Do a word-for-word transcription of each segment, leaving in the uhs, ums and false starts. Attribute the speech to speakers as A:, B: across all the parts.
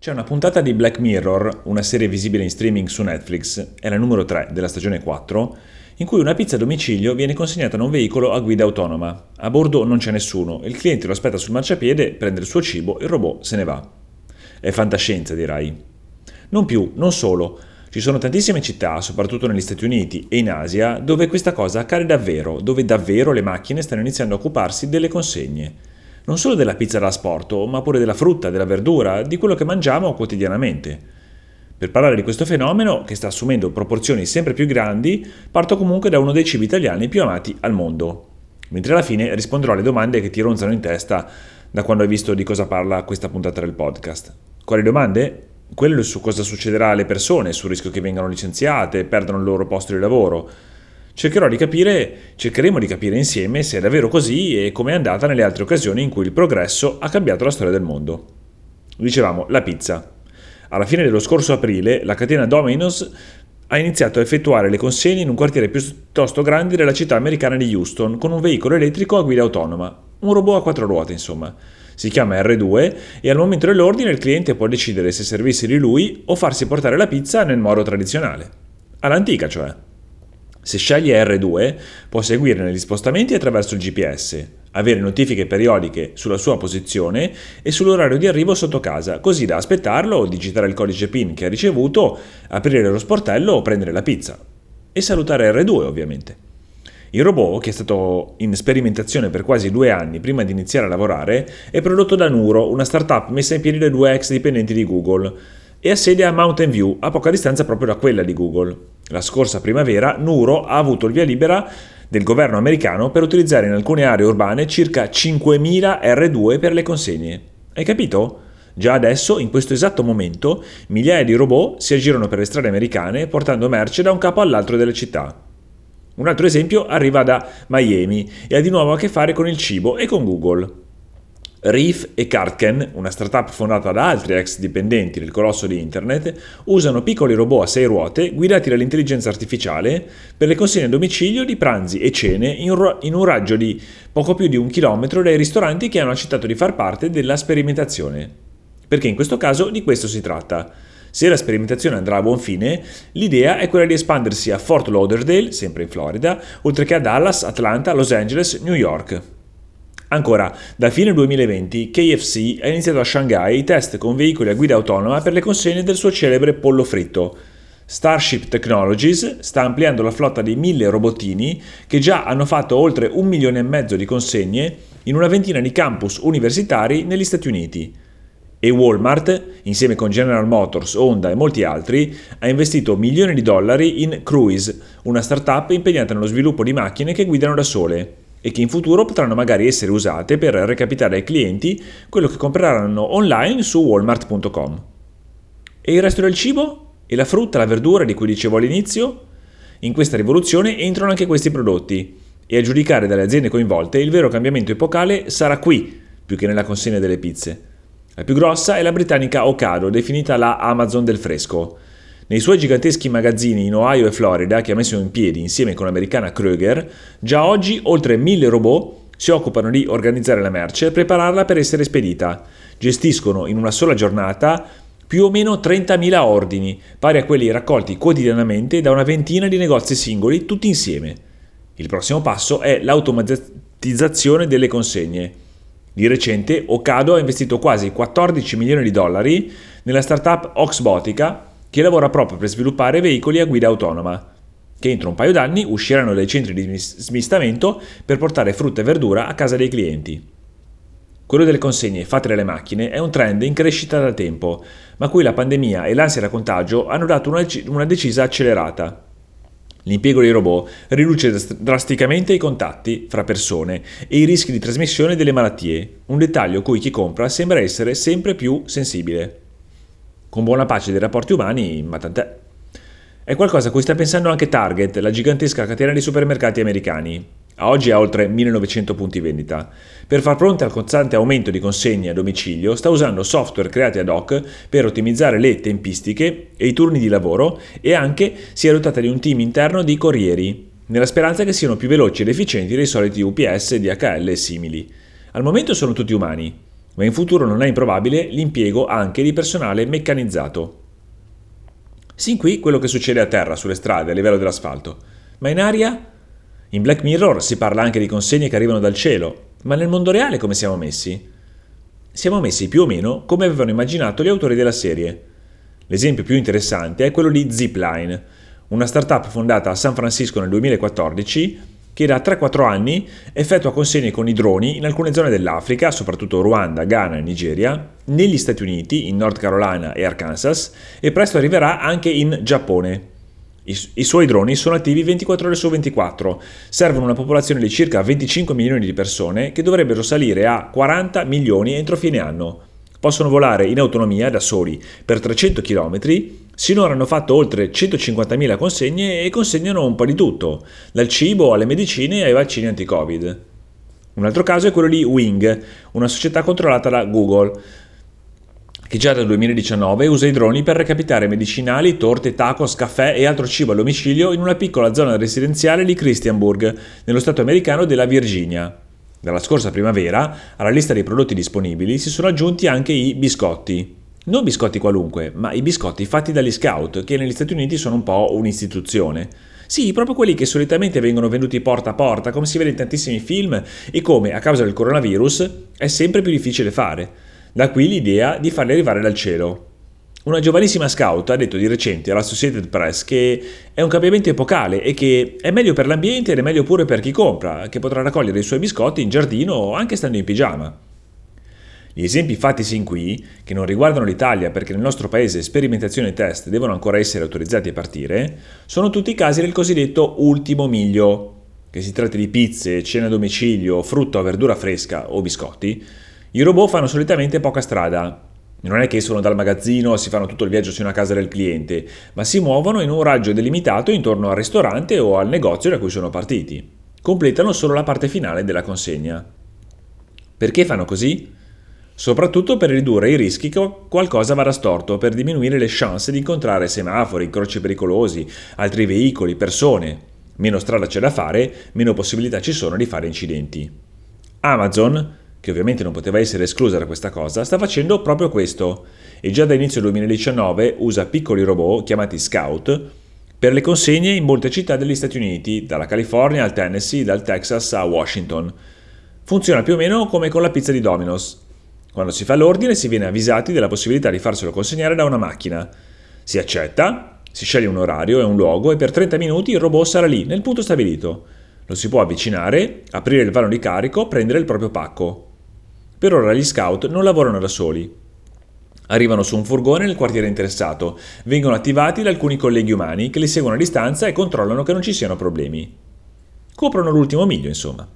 A: C'è una puntata di Black Mirror, una serie visibile in streaming su Netflix, è la numero tre della stagione quattro, in cui una pizza a domicilio viene consegnata da un veicolo a guida autonoma. A bordo non c'è nessuno, il cliente lo aspetta sul marciapiede, prende il suo cibo e il robot se ne va. È fantascienza, dirai. Non più, non solo. Ci sono tantissime città, soprattutto negli Stati Uniti e in Asia, dove questa cosa accade davvero, dove davvero le macchine stanno iniziando a occuparsi delle consegne. Non solo della pizza da asporto, ma pure della frutta, della verdura, di quello che mangiamo quotidianamente. Per parlare di questo fenomeno, che sta assumendo proporzioni sempre più grandi, parto comunque da uno dei cibi italiani più amati al mondo. Mentre alla fine risponderò alle domande che ti ronzano in testa da quando hai visto di cosa parla questa puntata del podcast. Quali domande? Quelle su cosa succederà alle persone, sul rischio che vengano licenziate, perdano il loro posto di lavoro. Cercherò di capire, cercheremo di capire insieme se è davvero così e come è andata nelle altre occasioni in cui il progresso ha cambiato la storia del mondo. Dicevamo, la pizza. Alla fine dello scorso aprile, la catena Domino's ha iniziato a effettuare le consegne in un quartiere piuttosto grande della città americana di Houston, con un veicolo elettrico a guida autonoma. Un robot a quattro ruote, insomma. Si chiama erre due e al momento dell'ordine il cliente può decidere se servirsi di lui o farsi portare la pizza nel modo tradizionale. All'antica, cioè. Se sceglie erre due, può seguirne gli spostamenti attraverso il G P S, avere notifiche periodiche sulla sua posizione e sull'orario di arrivo sotto casa, così da aspettarlo, digitare il codice PIN che ha ricevuto, aprire lo sportello o prendere la pizza. E salutare erre due, ovviamente. Il robot, che è stato in sperimentazione per quasi due anni prima di iniziare a lavorare, è prodotto da Nuro, una startup messa in piedi da due ex dipendenti di Google, e ha sede a Mountain View, a poca distanza proprio da quella di Google. La scorsa primavera Nuro ha avuto il via libera del governo americano per utilizzare in alcune aree urbane circa cinquemila erre due per le consegne. Hai capito? Già adesso, in questo esatto momento, migliaia di robot si aggirano per le strade americane portando merce da un capo all'altro delle città. Un altro esempio arriva da Miami e ha di nuovo a che fare con il cibo e con Google. Reef e Cartken, una startup fondata da altri ex dipendenti del colosso di internet, usano piccoli robot a sei ruote guidati dall'intelligenza artificiale per le consegne a domicilio di pranzi e cene in un raggio di poco più di un chilometro dai ristoranti che hanno accettato di far parte della sperimentazione. Perché in questo caso di questo si tratta. Se la sperimentazione andrà a buon fine, l'idea è quella di espandersi a Fort Lauderdale, sempre in Florida, oltre che a Dallas, Atlanta, Los Angeles, New York. Ancora, da fine duemilaventi K F C ha iniziato a Shanghai i test con veicoli a guida autonoma per le consegne del suo celebre pollo fritto. Starship Technologies sta ampliando la flotta di mille robottini che già hanno fatto oltre un milione e mezzo di consegne in una ventina di campus universitari negli Stati Uniti. E Walmart, insieme con General Motors, Honda e molti altri, ha investito milioni di dollari in Cruise, una startup impegnata nello sviluppo di macchine che guidano da sole e che in futuro potranno magari essere usate per recapitare ai clienti quello che compreranno online su walmart punto com. E il resto del cibo? E la frutta, la verdura di cui dicevo all'inizio? In questa rivoluzione entrano anche questi prodotti e a giudicare dalle aziende coinvolte il vero cambiamento epocale sarà qui, più che nella consegna delle pizze. La più grossa è la britannica Ocado, definita la Amazon del fresco. Nei suoi giganteschi magazzini in Ohio e Florida, che ha messo in piedi insieme con l'americana Kroger, già oggi oltre mille robot si occupano di organizzare la merce e prepararla per essere spedita. Gestiscono in una sola giornata più o meno trentamila ordini, pari a quelli raccolti quotidianamente da una ventina di negozi singoli, tutti insieme. Il prossimo passo è l'automatizzazione delle consegne. Di recente Ocado ha investito quasi quattordici milioni di dollari nella startup Oxbotica, che lavora proprio per sviluppare veicoli a guida autonoma, che entro un paio d'anni usciranno dai centri di smistamento per portare frutta e verdura a casa dei clienti. Quello delle consegne fatte dalle macchine è un trend in crescita da tempo, ma cui la pandemia e l'ansia da contagio hanno dato una, una decisa accelerata. L'impiego dei robot riduce drasticamente i contatti fra persone e i rischi di trasmissione delle malattie, un dettaglio cui chi compra sembra essere sempre più sensibile. Con buona pace dei rapporti umani, ma tant'è. È qualcosa a cui sta pensando anche Target, la gigantesca catena di supermercati americani. A oggi ha oltre millenovecento punti vendita. Per far fronte al costante aumento di consegne a domicilio, sta usando software creati ad hoc per ottimizzare le tempistiche e i turni di lavoro e anche si è dotata di un team interno di corrieri, nella speranza che siano più veloci ed efficienti dei soliti U P S, D H L e simili. Al momento sono tutti umani. ma in futuro non è improbabile l'impiego anche di personale meccanizzato. Sin qui quello che succede a terra, sulle strade, a livello dell'asfalto. Ma in aria? In Black Mirror si parla anche di consegne che arrivano dal cielo, ma nel mondo reale come siamo messi? Siamo messi più o meno come avevano immaginato gli autori della serie. L'esempio più interessante è quello di Zipline, una startup fondata a San Francisco nel duemilaquattordici che da tre quattro anni effettua consegne con i droni in alcune zone dell'Africa, soprattutto Ruanda, Ghana e Nigeria, negli Stati Uniti, in North Carolina e Arkansas, e presto arriverà anche in Giappone. I, I suoi droni sono attivi ventiquattro ore su ventiquattro, servono una popolazione di circa venticinque milioni di persone che dovrebbero salire a quaranta milioni entro fine anno. Possono volare in autonomia da soli per trecento chilometri, sinora hanno fatto oltre centocinquantamila consegne e consegnano un po' di tutto, dal cibo alle medicine ai vaccini anti-Covid. Un altro caso è quello di Wing, una società controllata da Google, che già dal duemiladiciannove usa i droni per recapitare medicinali, torte, tacos, caffè e altro cibo a domicilio in una piccola zona residenziale di Christiansburg, nello stato americano della Virginia. Dalla scorsa primavera, alla lista dei prodotti disponibili si sono aggiunti anche i biscotti. Non biscotti qualunque, ma i biscotti fatti dagli scout, che negli Stati Uniti sono un po' un'istituzione. Sì, proprio quelli che solitamente vengono venduti porta a porta, come si vede in tantissimi film, e come, a causa del coronavirus, è sempre più difficile fare. Da qui l'idea di farli arrivare dal cielo. Una giovanissima scout ha detto di recente all'Associated Press che è un cambiamento epocale e che è meglio per l'ambiente ed è meglio pure per chi compra, che potrà raccogliere i suoi biscotti in giardino anche stando in pigiama. Gli esempi fatti sin qui, che non riguardano l'Italia perché nel nostro paese sperimentazioni e test devono ancora essere autorizzati a partire, sono tutti casi del cosiddetto ultimo miglio. Che si tratti di pizze, cene a domicilio, frutta o verdura fresca o biscotti, i robot fanno solitamente poca strada. Non è che escono dal magazzino e si fanno tutto il viaggio sino a casa del cliente, ma si muovono in un raggio delimitato intorno al ristorante o al negozio da cui sono partiti. Completano solo la parte finale della consegna. Perché fanno così? Soprattutto per ridurre i rischi che qualcosa vada storto, per diminuire le chance di incontrare semafori, incroci pericolosi, altri veicoli, persone. Meno strada c'è da fare, meno possibilità ci sono di fare incidenti. Amazon, che ovviamente non poteva essere esclusa da questa cosa, sta facendo proprio questo e già da inizio duemiladiciannove usa piccoli robot chiamati Scout per le consegne in molte città degli Stati Uniti, dalla California al Tennessee, dal Texas a Washington. Funziona più o meno come con la pizza di Domino's. Quando si fa l'ordine si viene avvisati della possibilità di farselo consegnare da una macchina. Si accetta, si sceglie un orario e un luogo e per trenta minuti il robot sarà lì, nel punto stabilito. Lo si può avvicinare, aprire il vano di carico, prendere il proprio pacco. Per ora gli scout non lavorano da soli. Arrivano su un furgone nel quartiere interessato, vengono attivati da alcuni colleghi umani che li seguono a distanza e controllano che non ci siano problemi. Coprono l'ultimo miglio, insomma.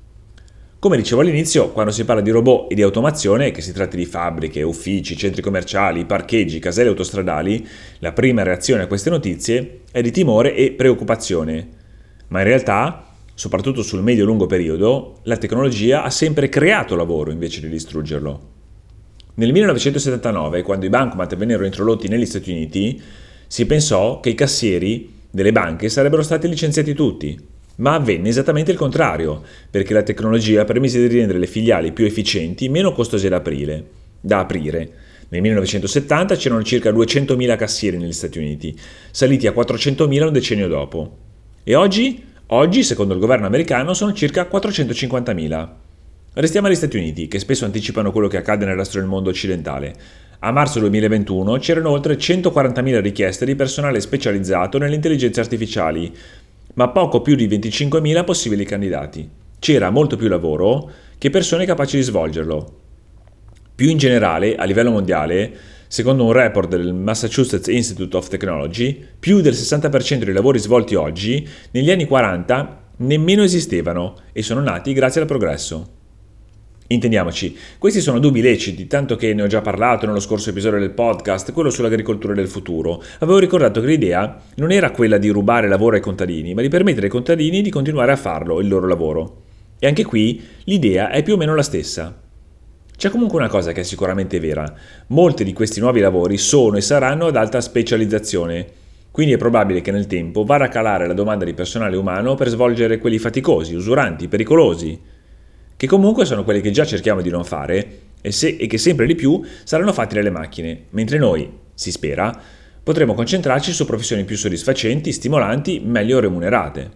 A: Come dicevo all'inizio, quando si parla di robot e di automazione, che si tratti di fabbriche, uffici, centri commerciali, parcheggi, caselle autostradali, la prima reazione a queste notizie è di timore e preoccupazione. Ma in realtà, soprattutto sul medio-lungo periodo, la tecnologia ha sempre creato lavoro invece di distruggerlo. Nel millenovecentosettantanove, quando i bancomat vennero introdotti negli Stati Uniti, si pensò che i cassieri delle banche sarebbero stati licenziati tutti, ma avvenne esattamente il contrario, perché la tecnologia permise di rendere le filiali più efficienti e meno costose da aprire. Da aprire. Nel millenovecentosettanta c'erano circa duecentomila cassieri negli Stati Uniti, saliti a quattrocentomila un decennio dopo. E oggi? Oggi, secondo il governo americano, sono circa quattrocentocinquantamila. Restiamo agli Stati Uniti, che spesso anticipano quello che accade nel resto del mondo occidentale. A marzo duemilaventuno c'erano oltre centoquarantamila richieste di personale specializzato nelle intelligenze artificiali, ma poco più di venticinquemila possibili candidati. C'era molto più lavoro che persone capaci di svolgerlo. Più in generale, a livello mondiale, secondo un report del Massachusetts Institute of Technology, più del sessanta per cento dei lavori svolti oggi, negli anni quaranta, nemmeno esistevano e sono nati grazie al progresso. Intendiamoci, questi sono dubbi leciti, tanto che ne ho già parlato nello scorso episodio del podcast, quello sull'agricoltura del futuro. Avevo ricordato che l'idea non era quella di rubare lavoro ai contadini, ma di permettere ai contadini di continuare a farlo, il loro lavoro. E anche qui l'idea è più o meno la stessa. C'è comunque una cosa che è sicuramente vera. Molti di questi nuovi lavori sono e saranno ad alta specializzazione, quindi è probabile che nel tempo vada a calare la domanda di personale umano per svolgere quelli faticosi, usuranti, pericolosi, che comunque sono quelli che già cerchiamo di non fare, e, se, e che sempre di più saranno fatti dalle macchine, mentre noi, si spera, potremo concentrarci su professioni più soddisfacenti, stimolanti, meglio remunerate.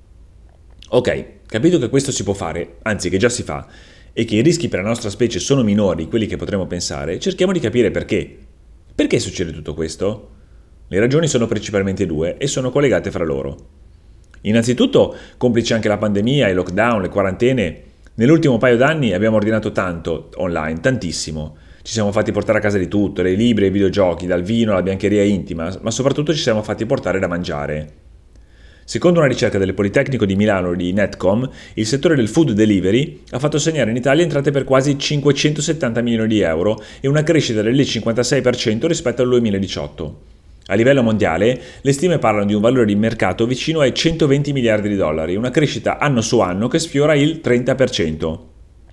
A: Ok, capito che questo si può fare, anzi che già si fa, e che i rischi per la nostra specie sono minori di quelli che potremmo pensare, cerchiamo di capire perché. Perché succede tutto questo? Le ragioni sono principalmente due e sono collegate fra loro. Innanzitutto, complice anche la pandemia, i lockdown, le quarantene, nell'ultimo paio d'anni abbiamo ordinato tanto online, tantissimo. Ci siamo fatti portare a casa di tutto, dai libri ai videogiochi, dal vino alla biancheria intima, ma soprattutto ci siamo fatti portare da mangiare. Secondo una ricerca del Politecnico di Milano di Netcom, il settore del food delivery ha fatto segnare in Italia entrate per quasi cinquecentosettanta milioni di euro e una crescita del cinquantasei per cento rispetto al duemiladiciotto. A livello mondiale, le stime parlano di un valore di mercato vicino ai centoventi miliardi di dollari, una crescita anno su anno che sfiora il trenta per cento.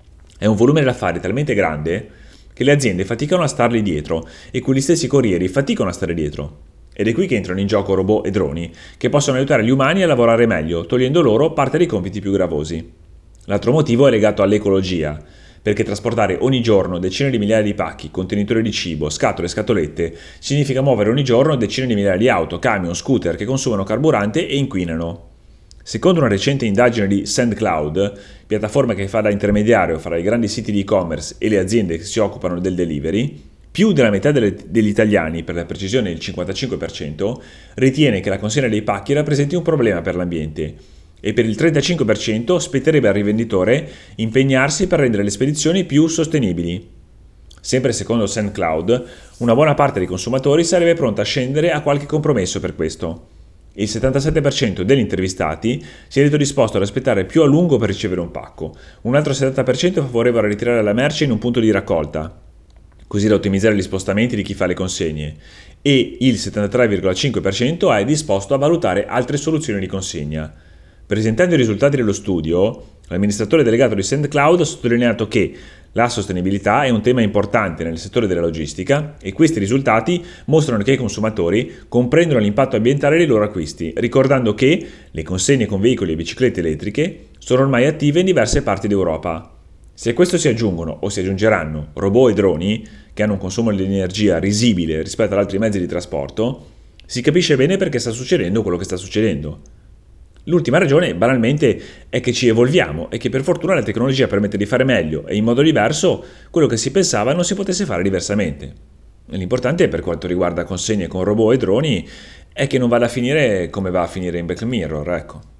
A: È un volume d'affari talmente grande che le aziende faticano a stargli dietro e quegli stessi corrieri faticano a stare dietro. Ed è qui che entrano in gioco robot e droni, che possono aiutare gli umani a lavorare meglio, togliendo loro parte dei compiti più gravosi. L'altro motivo è legato all'ecologia, perché trasportare ogni giorno decine di migliaia di pacchi, contenitori di cibo, scatole e scatolette, significa muovere ogni giorno decine di migliaia di auto, camion, scooter che consumano carburante e inquinano. Secondo una recente indagine di SendCloud, piattaforma che fa da intermediario fra i grandi siti di e-commerce e le aziende che si occupano del delivery, più della metà delle, degli italiani, per la precisione il cinquantacinque per cento, ritiene che la consegna dei pacchi rappresenti un problema per l'ambiente e per il trentacinque per cento spetterebbe al rivenditore impegnarsi per rendere le spedizioni più sostenibili. Sempre secondo SendCloud, una buona parte dei consumatori sarebbe pronta a scendere a qualche compromesso per questo. Il settantasette per cento degli intervistati si è detto disposto ad aspettare più a lungo per ricevere un pacco, un altro settanta per cento è favorevole a ritirare la merce in un punto di raccolta, così da ottimizzare gli spostamenti di chi fa le consegne, e il settantatré virgola cinque per cento è disposto a valutare altre soluzioni di consegna. Presentando i risultati dello studio, l'amministratore delegato di SendCloud ha sottolineato che la sostenibilità è un tema importante nel settore della logistica e questi risultati mostrano che i consumatori comprendono l'impatto ambientale dei loro acquisti, ricordando che le consegne con veicoli e biciclette elettriche sono ormai attive in diverse parti d'Europa. Se a questo si aggiungono o si aggiungeranno robot e droni, che hanno un consumo di energia risibile rispetto ad altri mezzi di trasporto, si capisce bene perché sta succedendo quello che sta succedendo. L'ultima ragione, banalmente, è che ci evolviamo e che per fortuna la tecnologia permette di fare meglio e in modo diverso quello che si pensava non si potesse fare diversamente. L'importante per quanto riguarda consegne con robot e droni è che non vada a finire come va a finire in Black Mirror, ecco.